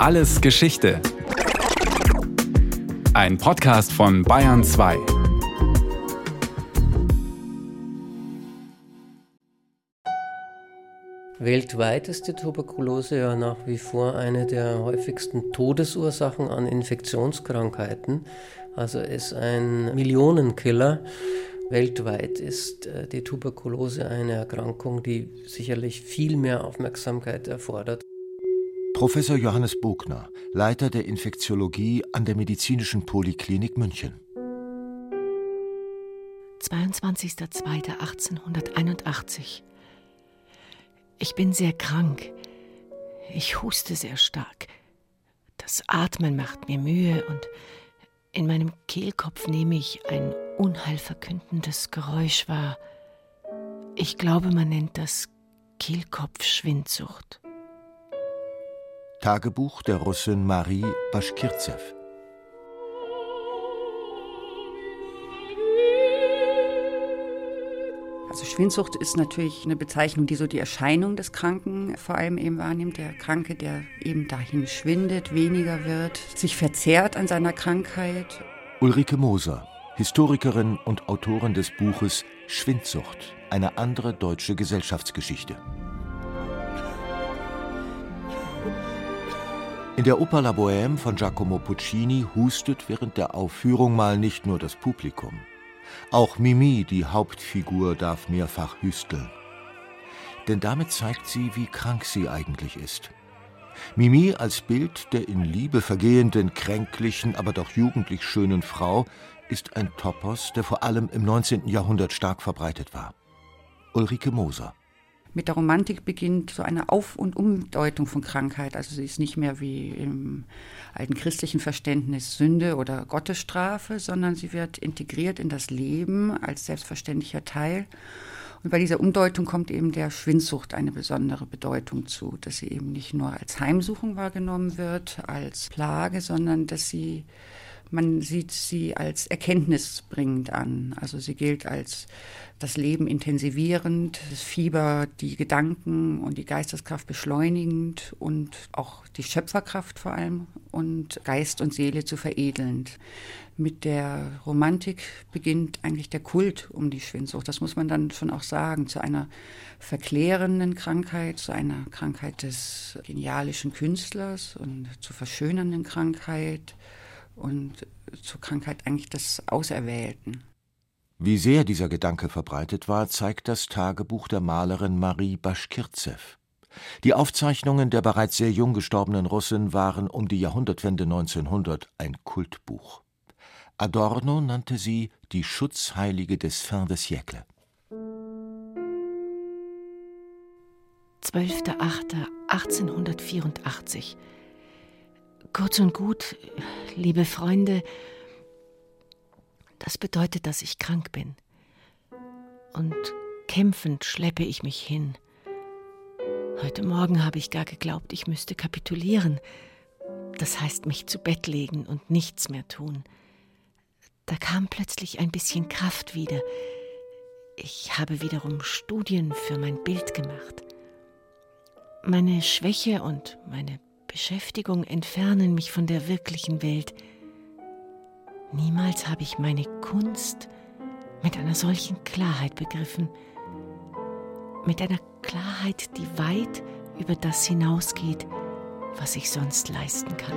Alles Geschichte. Ein Podcast von Bayern 2. Weltweit ist die Tuberkulose ja nach wie vor eine der häufigsten Todesursachen an Infektionskrankheiten. Also ist ein Millionenkiller. Weltweit ist die Tuberkulose eine Erkrankung, die sicherlich viel mehr Aufmerksamkeit erfordert. Professor Johannes Bogner, Leiter der Infektiologie an der Medizinischen Poliklinik München. 22.02.1881. Ich bin sehr krank. Ich huste sehr stark. Das Atmen macht mir Mühe und in meinem Kehlkopf nehme ich ein unheilverkündendes Geräusch wahr. Ich glaube, man nennt das Kehlkopfschwindsucht. Tagebuch der Russin Marie Baschkirtsew. Also Schwindsucht ist natürlich eine Bezeichnung, die so die Erscheinung des Kranken vor allem eben wahrnimmt. Der Kranke, der eben dahin schwindet, weniger wird, sich verzehrt an seiner Krankheit. Ulrike Moser, Historikerin und Autorin des Buches Schwindsucht, eine andere deutsche Gesellschaftsgeschichte. In der Oper La Bohème von Giacomo Puccini hustet während der Aufführung mal nicht nur das Publikum. Auch Mimi, die Hauptfigur, darf mehrfach hüsteln. Denn damit zeigt sie, wie krank sie eigentlich ist. Mimi als Bild der in Liebe vergehenden, kränklichen, aber doch jugendlich schönen Frau ist ein Topos, der vor allem im 19. Jahrhundert stark verbreitet war. Ulrike Moser. Mit der Romantik beginnt so eine Auf- und Umdeutung von Krankheit. Also sie ist nicht mehr wie im alten christlichen Verständnis Sünde oder Gottesstrafe, sondern sie wird integriert in das Leben als selbstverständlicher Teil. Und bei dieser Umdeutung kommt eben der Schwindsucht eine besondere Bedeutung zu, dass sie eben nicht nur als Heimsuchung wahrgenommen wird, als Plage, sondern dass man sieht sie als erkenntnisbringend an. Also sie gilt als das Leben intensivierend, das Fieber, die Gedanken und die Geisteskraft beschleunigend und auch die Schöpferkraft vor allem und Geist und Seele zu veredelnd. Mit der Romantik beginnt eigentlich der Kult um die Schwindsucht. Das muss man dann schon auch sagen, zu einer verklärenden Krankheit, zu einer Krankheit des genialischen Künstlers und zur verschönernden Krankheit und zur Krankheit eigentlich des Auserwählten. Wie sehr dieser Gedanke verbreitet war, zeigt das Tagebuch der Malerin Marie Baschkirtsew. Die Aufzeichnungen der bereits sehr jung gestorbenen Russin waren um die Jahrhundertwende 1900 ein Kultbuch. Adorno nannte sie die Schutzheilige des Fin de siècle. 12.08.1884. Kurz und gut, liebe Freunde, das bedeutet, dass ich krank bin. Und kämpfend schleppe ich mich hin. Heute Morgen habe ich gar geglaubt, ich müsste kapitulieren. Das heißt, mich zu Bett legen und nichts mehr tun. Da kam plötzlich ein bisschen Kraft wieder. Ich habe wiederum Studien für mein Bild gemacht. Meine Schwäche und meine Beschäftigung entfernen mich von der wirklichen Welt. Niemals habe ich meine Kunst mit einer solchen Klarheit begriffen. Mit einer Klarheit, die weit über das hinausgeht, was ich sonst leisten kann.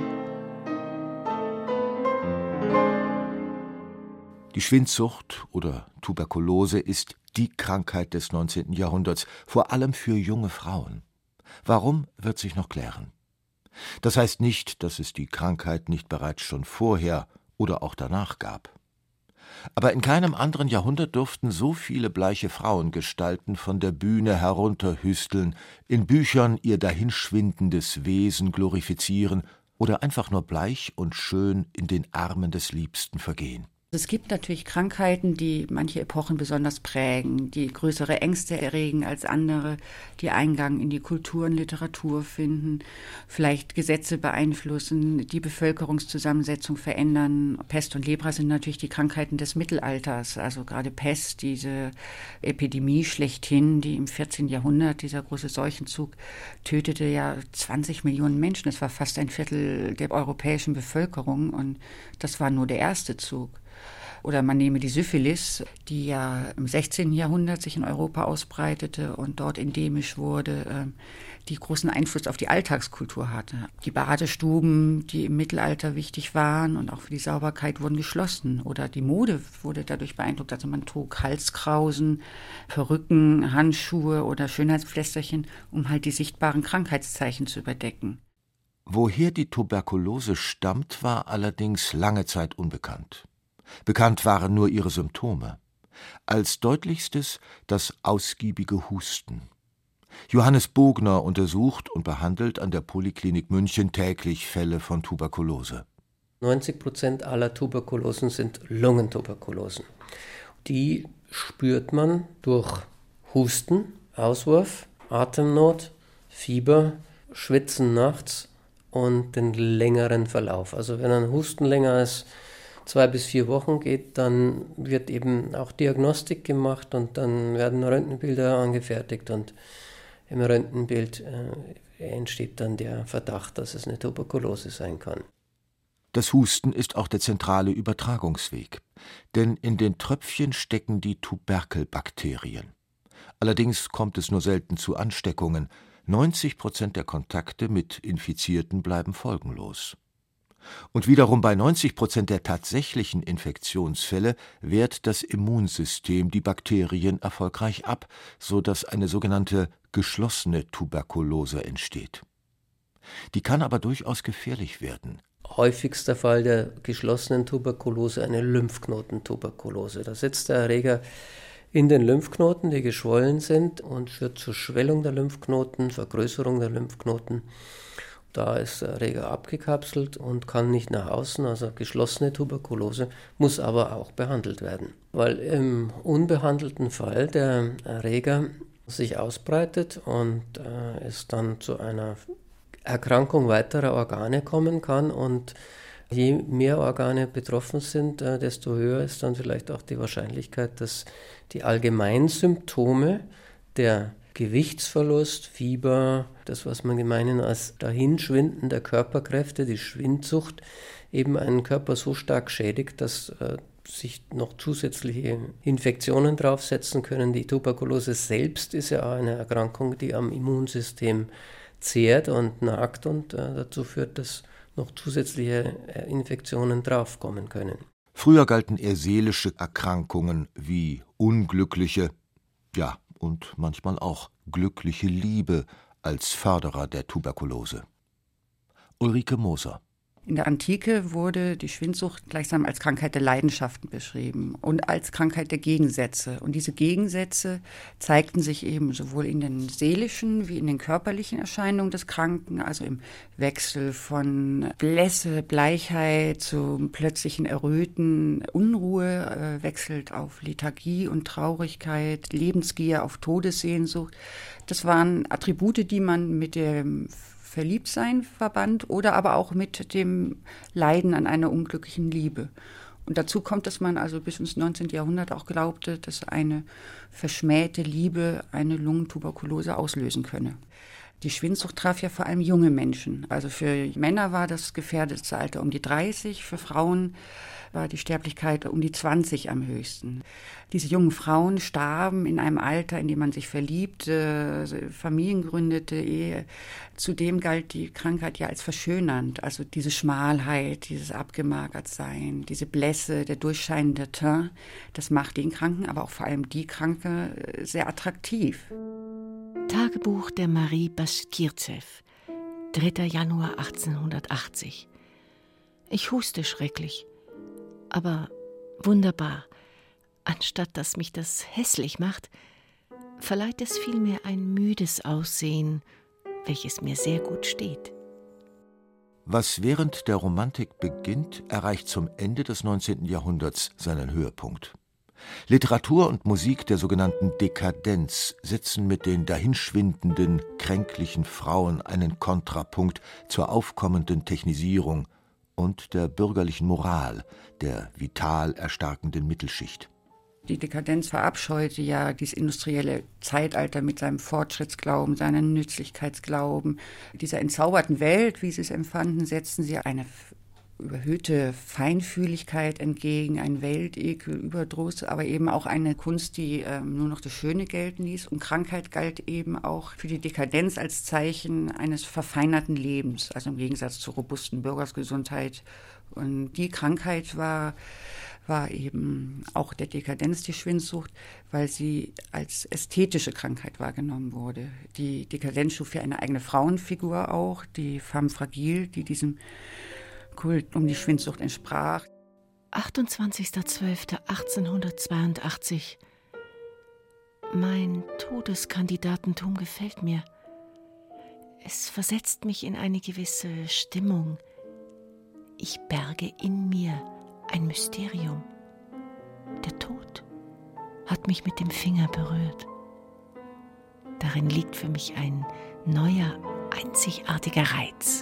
Die Schwindsucht oder Tuberkulose ist die Krankheit des 19. Jahrhunderts, vor allem für junge Frauen. Warum, wird sich noch klären. Das heißt nicht, dass es die Krankheit nicht bereits schon vorher oder auch danach gab. Aber in keinem anderen Jahrhundert durften so viele bleiche Frauengestalten von der Bühne herunterhüsteln, in Büchern ihr dahinschwindendes Wesen glorifizieren oder einfach nur bleich und schön in den Armen des Liebsten vergehen. Es gibt natürlich Krankheiten, die manche Epochen besonders prägen, die größere Ängste erregen als andere, die Eingang in die Kultur und Literatur finden, vielleicht Gesetze beeinflussen, die Bevölkerungszusammensetzung verändern. Pest und Lepra sind natürlich die Krankheiten des Mittelalters, also gerade Pest, diese Epidemie schlechthin, die im 14. Jahrhundert, dieser große Seuchenzug, tötete ja 20 Millionen Menschen. Das war fast ein Viertel der europäischen Bevölkerung und das war nur der erste Zug. Oder man nehme die Syphilis, die ja im 16. Jahrhundert sich in Europa ausbreitete und dort endemisch wurde, die großen Einfluss auf die Alltagskultur hatte. Die Badestuben, die im Mittelalter wichtig waren und auch für die Sauberkeit, wurden geschlossen. Oder die Mode wurde dadurch beeindruckt. Also man trug Halskrausen, Perücken, Handschuhe oder Schönheitspflästerchen, um halt die sichtbaren Krankheitszeichen zu überdecken. Woher die Tuberkulose stammt, war allerdings lange Zeit unbekannt. Bekannt waren nur ihre Symptome. Als deutlichstes das ausgiebige Husten. Johannes Bogner untersucht und behandelt an der Poliklinik München täglich Fälle von Tuberkulose. 90% aller Tuberkulosen sind Lungentuberkulosen. Die spürt man durch Husten, Auswurf, Atemnot, Fieber, Schwitzen nachts und den längeren Verlauf. Also wenn ein Husten länger als 2 bis 4 Wochen geht, dann wird eben auch Diagnostik gemacht und dann werden Röntgenbilder angefertigt und im Röntgenbild entsteht dann der Verdacht, dass es eine Tuberkulose sein kann. Das Husten ist auch der zentrale Übertragungsweg, denn in den Tröpfchen stecken die Tuberkelbakterien. Allerdings kommt es nur selten zu Ansteckungen. 90% der Kontakte mit Infizierten bleiben folgenlos. Und wiederum bei 90% der tatsächlichen Infektionsfälle wehrt das Immunsystem die Bakterien erfolgreich ab, sodass eine sogenannte geschlossene Tuberkulose entsteht. Die kann aber durchaus gefährlich werden. Häufigster Fall der geschlossenen Tuberkulose eine Lymphknotentuberkulose. Da sitzt der Erreger in den Lymphknoten, die geschwollen sind und führt zur Schwellung der Lymphknoten, Vergrößerung der Lymphknoten. Da ist der Erreger abgekapselt und kann nicht nach außen, also geschlossene Tuberkulose, muss aber auch behandelt werden. Weil im unbehandelten Fall der Erreger sich ausbreitet und es dann zu einer Erkrankung weiterer Organe kommen kann und je mehr Organe betroffen sind, desto höher ist dann vielleicht auch die Wahrscheinlichkeit, dass die Allgemeinsymptome der Gewichtsverlust, Fieber, das, was man gemeinhin als Dahinschwinden der Körperkräfte, die Schwindsucht, eben einen Körper so stark schädigt, dass sich noch zusätzliche Infektionen draufsetzen können. Die Tuberkulose selbst ist ja eine Erkrankung, die am Immunsystem zehrt und nagt und dazu führt, dass noch zusätzliche Infektionen draufkommen können. Früher galten eher seelische Erkrankungen wie unglückliche, ja, und manchmal auch glückliche Liebe als Förderer der Tuberkulose. Ulrike Moser. In der Antike wurde die Schwindsucht gleichsam als Krankheit der Leidenschaften beschrieben und als Krankheit der Gegensätze. Und diese Gegensätze zeigten sich eben sowohl in den seelischen wie in den körperlichen Erscheinungen des Kranken, also im Wechsel von Blässe, Bleichheit zu plötzlichen Erröten, Unruhe wechselt auf Lethargie und Traurigkeit, Lebensgier auf Todessehnsucht. Das waren Attribute, die man mit dem Verliebtsein verband oder aber auch mit dem Leiden an einer unglücklichen Liebe. Und dazu kommt, dass man also bis ins 19. Jahrhundert auch glaubte, dass eine verschmähte Liebe eine Lungentuberkulose auslösen könne. Die Schwindsucht traf ja vor allem junge Menschen. Also für Männer war das gefährdetste Alter um die 30, für Frauen war die Sterblichkeit um die 20 am höchsten. Diese jungen Frauen starben in einem Alter, in dem man sich verliebte, Familien gründete, Ehe. Zudem galt die Krankheit ja als verschönernd. Also diese Schmalheit, dieses Abgemagertsein, diese Blässe, der durchscheinende Teint, das macht den Kranken, aber auch vor allem die Kranke sehr attraktiv. Tagebuch der Marie Baschkirtsew, 3. Januar 1880. Ich huste schrecklich, aber wunderbar. Anstatt dass mich das hässlich macht, verleiht es vielmehr ein müdes Aussehen, welches mir sehr gut steht. Was während der Romantik beginnt, erreicht zum Ende des 19. Jahrhunderts seinen Höhepunkt. Literatur und Musik der sogenannten Dekadenz setzen mit den dahinschwindenden, kränklichen Frauen einen Kontrapunkt zur aufkommenden Technisierung und der bürgerlichen Moral, der vital erstarkenden Mittelschicht. Die Dekadenz verabscheute ja dieses industrielle Zeitalter mit seinem Fortschrittsglauben, seinem Nützlichkeitsglauben. Dieser entzauberten Welt, wie sie es empfanden, setzten sie eine überhöhte Feinfühligkeit entgegen, ein Weltekel, Überdruss, aber eben auch eine Kunst, die nur noch das Schöne gelten ließ. Und Krankheit galt eben auch für die Dekadenz als Zeichen eines verfeinerten Lebens, also im Gegensatz zur robusten Bürgersgesundheit. Und die Krankheit war eben auch der Dekadenz die Schwindsucht, weil sie als ästhetische Krankheit wahrgenommen wurde. Die Dekadenz schuf ja eine eigene Frauenfigur auch, die femme fragile, die diesem Kult um die Schwindsucht entsprach. 28.12.1882. Mein Todeskandidatentum gefällt mir. Es versetzt mich in eine gewisse Stimmung. Ich berge in mir ein Mysterium. Der Tod hat mich mit dem Finger berührt. Darin liegt für mich ein neuer, einzigartiger Reiz.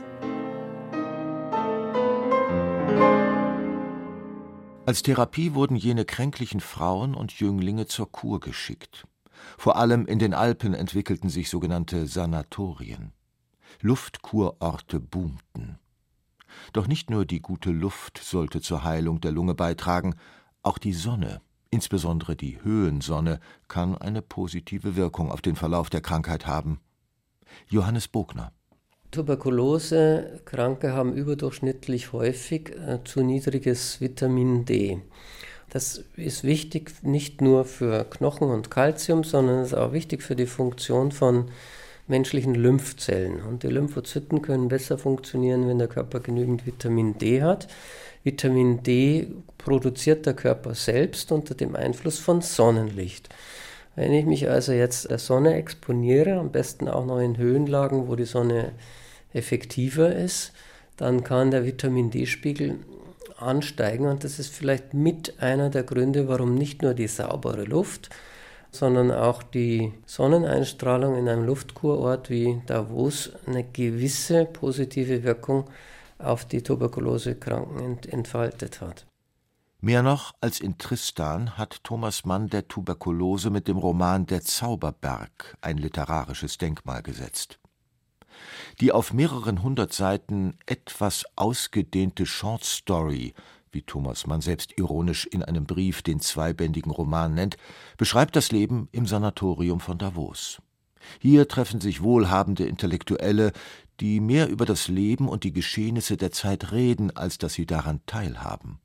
Als Therapie wurden jene kränklichen Frauen und Jünglinge zur Kur geschickt. Vor allem in den Alpen entwickelten sich sogenannte Sanatorien. Luftkurorte boomten. Doch nicht nur die gute Luft sollte zur Heilung der Lunge beitragen, auch die Sonne, insbesondere die Höhensonne, kann eine positive Wirkung auf den Verlauf der Krankheit haben. Johannes Bogner. Tuberkulose-Kranke haben überdurchschnittlich häufig zu niedriges Vitamin D. Das ist wichtig nicht nur für Knochen und Kalzium, sondern ist auch wichtig für die Funktion von menschlichen Lymphzellen. Und die Lymphozyten können besser funktionieren, wenn der Körper genügend Vitamin D hat. Vitamin D produziert der Körper selbst unter dem Einfluss von Sonnenlicht. Wenn ich mich also jetzt der Sonne exponiere, am besten auch noch in Höhenlagen, wo die Sonne effektiver ist, dann kann der Vitamin D-Spiegel ansteigen und das ist vielleicht mit einer der Gründe, warum nicht nur die saubere Luft, sondern auch die Sonneneinstrahlung in einem Luftkurort wie Davos eine gewisse positive Wirkung auf die Tuberkulosekranken entfaltet hat. Mehr noch als in Tristan hat Thomas Mann der Tuberkulose mit dem Roman Der Zauberberg ein literarisches Denkmal gesetzt. Die auf mehreren hundert Seiten etwas ausgedehnte Short-Story, wie Thomas Mann selbst ironisch in einem Brief den zweibändigen Roman nennt, beschreibt das Leben im Sanatorium von Davos. Hier treffen sich wohlhabende Intellektuelle, die mehr über das Leben und die Geschehnisse der Zeit reden, als dass sie daran teilhaben.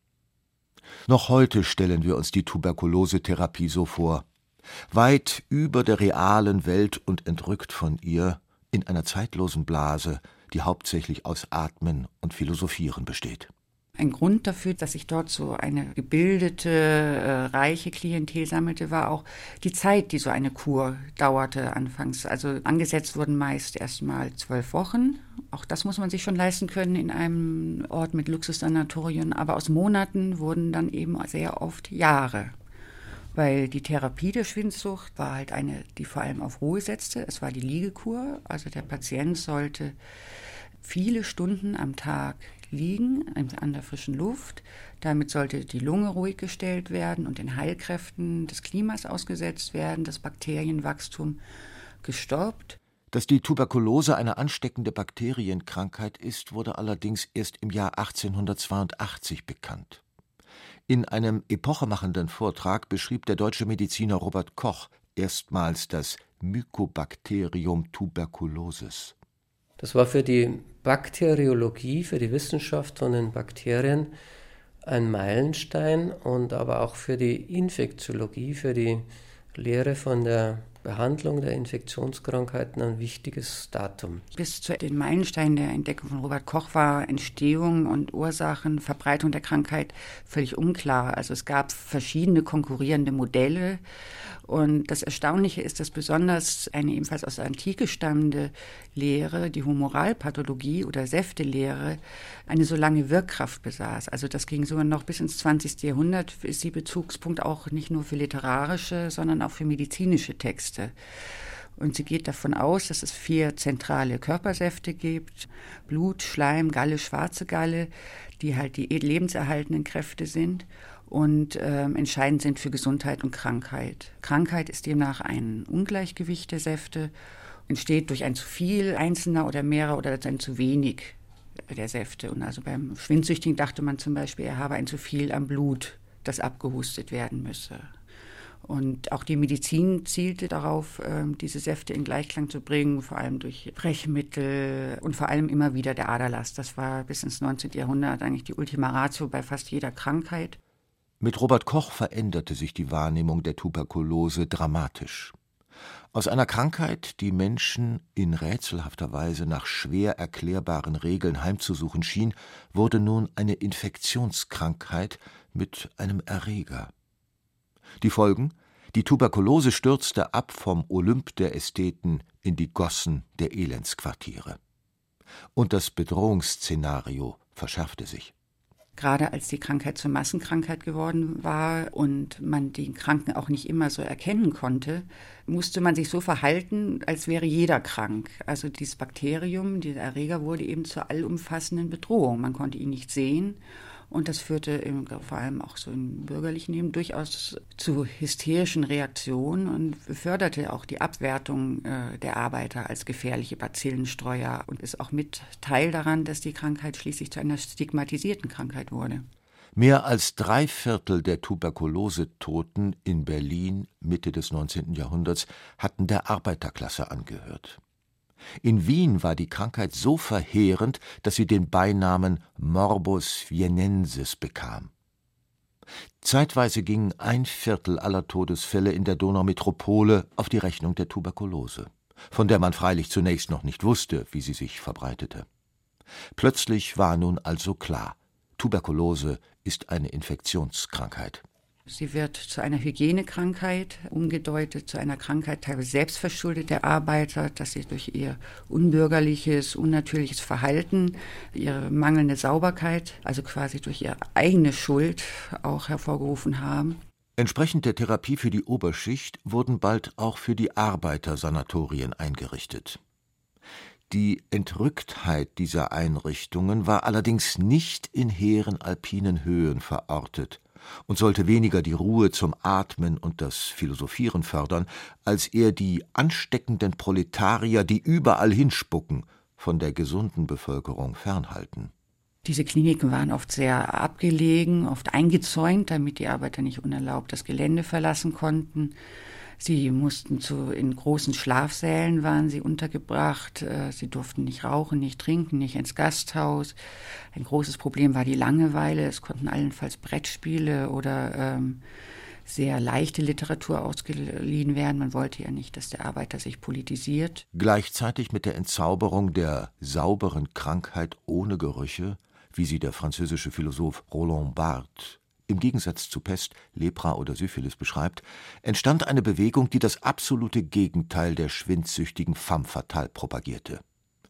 Noch heute stellen wir uns die Tuberkulosetherapie so vor. Weit über der realen Welt und entrückt von ihr, in einer zeitlosen Blase, die hauptsächlich aus Atmen und Philosophieren besteht. Ein Grund dafür, dass sich dort so eine gebildete, reiche Klientel sammelte, war auch die Zeit, die so eine Kur dauerte anfangs. Also angesetzt wurden meist erst mal 12 Wochen. Auch das muss man sich schon leisten können in einem Ort mit Luxussanatorien. Aber aus Monaten wurden dann eben sehr oft Jahre. Weil die Therapie der Schwindsucht war halt eine, die vor allem auf Ruhe setzte. Es war die Liegekur. Also der Patient sollte viele Stunden am Tag liegen an der frischen Luft. Damit sollte die Lunge ruhig gestellt werden und den Heilkräften des Klimas ausgesetzt werden, das Bakterienwachstum gestoppt. Dass die Tuberkulose eine ansteckende Bakterienkrankheit ist, wurde allerdings erst im Jahr 1882 bekannt. In einem epochemachenden Vortrag beschrieb der deutsche Mediziner Robert Koch erstmals das Mycobacterium tuberculosis. Das war für die Bakteriologie, für die Wissenschaft von den Bakterien ein Meilenstein und aber auch für die Infektiologie, für die Lehre von der Behandlung der Infektionskrankheiten ein wichtiges Datum. Bis zu den Meilensteinen der Entdeckung von Robert Koch war Entstehung und Ursachen, Verbreitung der Krankheit völlig unklar. Also es gab verschiedene konkurrierende Modelle. Und das Erstaunliche ist, dass besonders eine ebenfalls aus der Antike stammende Lehre, die Humoralpathologie oder Säftelehre, eine so lange Wirkkraft besaß. Also das ging sogar noch bis ins 20. Jahrhundert, ist sie Bezugspunkt auch nicht nur für literarische, sondern auch für medizinische Texte. Und sie geht davon aus, dass es 4 zentrale Körpersäfte gibt: Blut, Schleim, Galle, schwarze Galle, die halt die lebenserhaltenden Kräfte sind und entscheidend sind für Gesundheit und Krankheit. Krankheit ist demnach ein Ungleichgewicht der Säfte, entsteht durch ein zu viel einzelner oder mehrerer oder ein zu wenig der Säfte. Und also beim Schwindsüchtigen dachte man zum Beispiel, er habe ein zu viel am Blut, das abgehustet werden müsse. Und auch die Medizin zielte darauf, diese Säfte in Gleichklang zu bringen, vor allem durch Brechmittel und vor allem immer wieder der Aderlass. Das war bis ins 19. Jahrhundert eigentlich die Ultima Ratio bei fast jeder Krankheit. Mit Robert Koch veränderte sich die Wahrnehmung der Tuberkulose dramatisch. Aus einer Krankheit, die Menschen in rätselhafter Weise nach schwer erklärbaren Regeln heimzusuchen schien, wurde nun eine Infektionskrankheit mit einem Erreger. Die Folgen? Die Tuberkulose stürzte ab vom Olymp der Ästheten in die Gossen der Elendsquartiere. Und das Bedrohungsszenario verschärfte sich. Gerade als die Krankheit zur Massenkrankheit geworden war und man den Kranken auch nicht immer so erkennen konnte, musste man sich so verhalten, als wäre jeder krank. Also dieses Bakterium, dieser Erreger wurde eben zur allumfassenden Bedrohung. Man konnte ihn nicht sehen. Und das führte vor allem auch so im bürgerlichen Leben durchaus zu hysterischen Reaktionen und beförderte auch die Abwertung der Arbeiter als gefährliche Bazillenstreuer und ist auch mit Teil daran, dass die Krankheit schließlich zu einer stigmatisierten Krankheit wurde. Mehr als 3/4 der Tuberkulosetoten in Berlin Mitte des 19. Jahrhunderts hatten der Arbeiterklasse angehört. In Wien war die Krankheit so verheerend, dass sie den Beinamen Morbus Vienensis bekam. Zeitweise gingen 1/4 aller Todesfälle in der Donaumetropole auf die Rechnung der Tuberkulose, von der man freilich zunächst noch nicht wusste, wie sie sich verbreitete. Plötzlich war nun also klar: Tuberkulose ist eine Infektionskrankheit. Sie wird zu einer Hygienekrankheit umgedeutet, zu einer Krankheit teilweise selbstverschuldet der Arbeiter, dass sie durch ihr unbürgerliches, unnatürliches Verhalten, ihre mangelnde Sauberkeit, also quasi durch ihre eigene Schuld auch hervorgerufen haben. Entsprechend der Therapie für die Oberschicht wurden bald auch für die Arbeiter Sanatorien eingerichtet. Die Entrücktheit dieser Einrichtungen war allerdings nicht in hehren alpinen Höhen verortet und sollte weniger die Ruhe zum Atmen und das Philosophieren fördern, als eher die ansteckenden Proletarier, die überall hinspucken, von der gesunden Bevölkerung fernhalten. Diese Kliniken waren oft sehr abgelegen, oft eingezäunt, damit die Arbeiter nicht unerlaubt das Gelände verlassen konnten. Sie mussten in großen Schlafsälen waren sie untergebracht. Sie durften nicht rauchen, nicht trinken, nicht ins Gasthaus. Ein großes Problem war die Langeweile. Es konnten allenfalls Brettspiele oder sehr leichte Literatur ausgeliehen werden. Man wollte ja nicht, dass der Arbeiter sich politisiert. Gleichzeitig mit der Entzauberung der sauberen Krankheit ohne Gerüche, wie sie der französische Philosoph Roland Barthes im Gegensatz zu Pest, Lepra oder Syphilis beschreibt, entstand eine Bewegung, die das absolute Gegenteil der schwindsüchtigen femme fatale propagierte.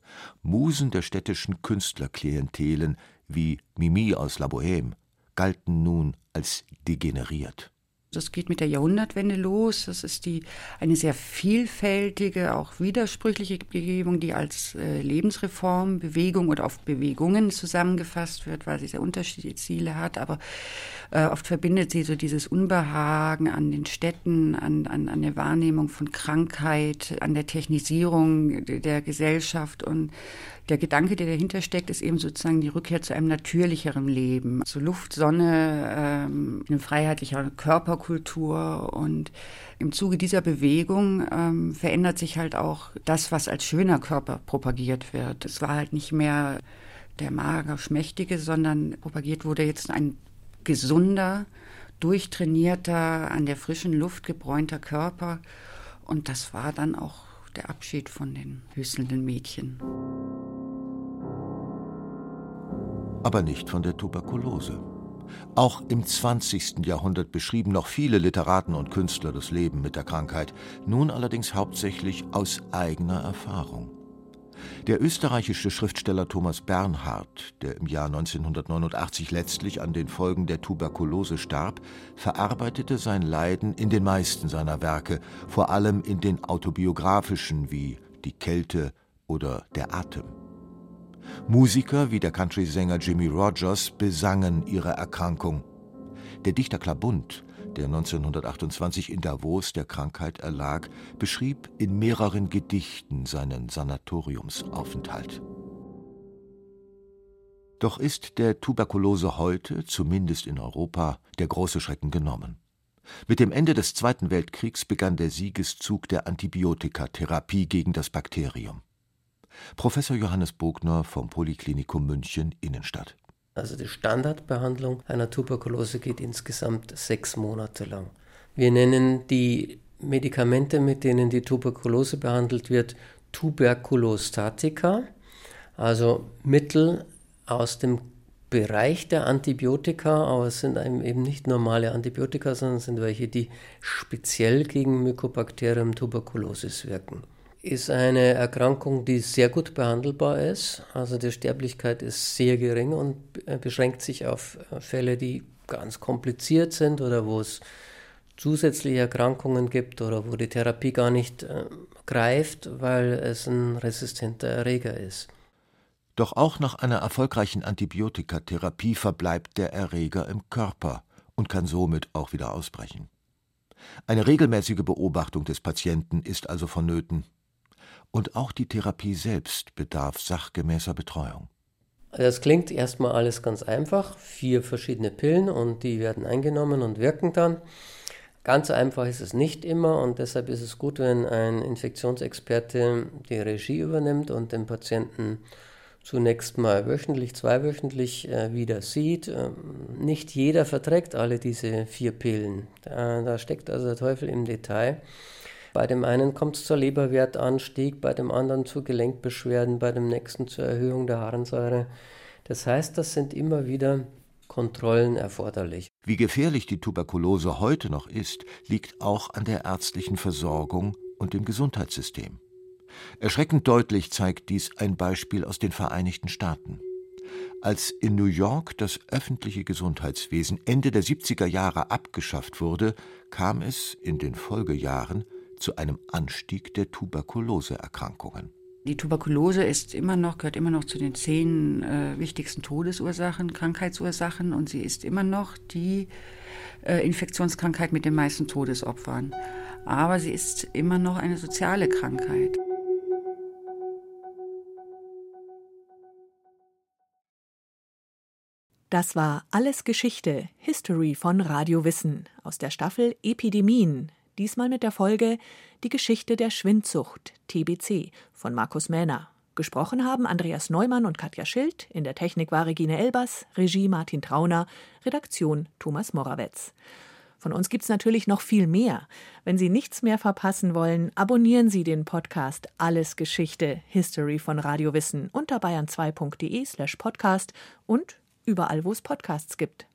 Musen der städtischen Künstlerklientelen wie Mimi aus La Bohème galten nun als degeneriert. Das geht mit der Jahrhundertwende los. Das ist eine sehr vielfältige, auch widersprüchliche Bewegung, die als Lebensreformbewegung oder auf Bewegungen zusammengefasst wird, weil sie sehr unterschiedliche Ziele hat. Aber oft verbindet sie so dieses Unbehagen an den Städten, an der Wahrnehmung von Krankheit, an der Technisierung der Gesellschaft. Und der Gedanke, der dahinter steckt, ist eben sozusagen die Rückkehr zu einem natürlicheren Leben. Also Luft, Sonne, eine freiheitliche Körperkultur. Und im Zuge dieser Bewegung verändert sich halt auch das, was als schöner Körper propagiert wird. Es war halt nicht mehr der mager, schmächtige, sondern propagiert wurde jetzt ein gesunder, durchtrainierter, an der frischen Luft gebräunter Körper. Und das war dann auch der Abschied von den hüstelnden Mädchen. Aber nicht von der Tuberkulose. Auch im 20. Jahrhundert beschrieben noch viele Literaten und Künstler das Leben mit der Krankheit, nun allerdings hauptsächlich aus eigener Erfahrung. Der österreichische Schriftsteller Thomas Bernhard, der im Jahr 1989 letztlich an den Folgen der Tuberkulose starb, verarbeitete sein Leiden in den meisten seiner Werke, vor allem in den autobiografischen wie Die Kälte oder Der Atem. Musiker wie der Country-Sänger Jimmie Rodgers besangen ihre Erkrankung. Der Dichter Klabund, der 1928 in Davos der Krankheit erlag, beschrieb in mehreren Gedichten seinen Sanatoriumsaufenthalt. Doch ist der Tuberkulose heute, zumindest in Europa, der große Schrecken genommen. Mit dem Ende des Zweiten Weltkriegs begann der Siegeszug der Antibiotikatherapie gegen das Bakterium. Professor Johannes Bogner vom Polyklinikum München Innenstadt. Also die Standardbehandlung einer Tuberkulose geht insgesamt 6 Monate lang. Wir nennen die Medikamente, mit denen die Tuberkulose behandelt wird, Tuberkulostatika, also Mittel aus dem Bereich der Antibiotika, aber es sind eben nicht normale Antibiotika, sondern es sind welche, die speziell gegen Mycobacterium tuberculosis wirken. Ist eine Erkrankung, die sehr gut behandelbar ist. Also die Sterblichkeit ist sehr gering und beschränkt sich auf Fälle, die ganz kompliziert sind oder wo es zusätzliche Erkrankungen gibt oder wo die Therapie gar nicht greift, weil es ein resistenter Erreger ist. Doch auch nach einer erfolgreichen Antibiotikatherapie verbleibt der Erreger im Körper und kann somit auch wieder ausbrechen. Eine regelmäßige Beobachtung des Patienten ist also vonnöten. Und auch die Therapie selbst bedarf sachgemäßer Betreuung. Das klingt erstmal alles ganz einfach. 4 verschiedene Pillen und die werden eingenommen und wirken dann. Ganz einfach ist es nicht immer und deshalb ist es gut, wenn ein Infektionsexperte die Regie übernimmt und den Patienten zunächst mal wöchentlich, 2-wöchentlich wieder sieht. Nicht jeder verträgt alle diese 4 Pillen. Da steckt also der Teufel im Detail. Bei dem einen kommt es zur Leberwertanstieg, bei dem anderen zu Gelenkbeschwerden, bei dem nächsten zur Erhöhung der Harnsäure. Das heißt, das sind immer wieder Kontrollen erforderlich. Wie gefährlich die Tuberkulose heute noch ist, liegt auch an der ärztlichen Versorgung und dem Gesundheitssystem. Erschreckend deutlich zeigt dies ein Beispiel aus den Vereinigten Staaten. Als in New York das öffentliche Gesundheitswesen Ende der 70er Jahre abgeschafft wurde, kam es in den Folgejahren zu einem Anstieg der Tuberkuloseerkrankungen. Die Tuberkulose gehört immer noch zu den 10 wichtigsten Todesursachen, Krankheitsursachen und sie ist immer noch die Infektionskrankheit mit den meisten Todesopfern. Aber sie ist immer noch eine soziale Krankheit. Das war Alles Geschichte, History von Radio Wissen aus der Staffel Epidemien. Diesmal mit der Folge Die Geschichte der Schwindsucht, TBC, von Markus Mähner. Gesprochen haben Andreas Neumann und Katja Schild, in der Technik war Regine Elbers, Regie Martin Trauner, Redaktion Thomas Morawetz. Von uns gibt's natürlich noch viel mehr. Wenn Sie nichts mehr verpassen wollen, abonnieren Sie den Podcast Alles Geschichte, History von Radio Wissen unter bayern2.de/podcast und überall, wo es Podcasts gibt.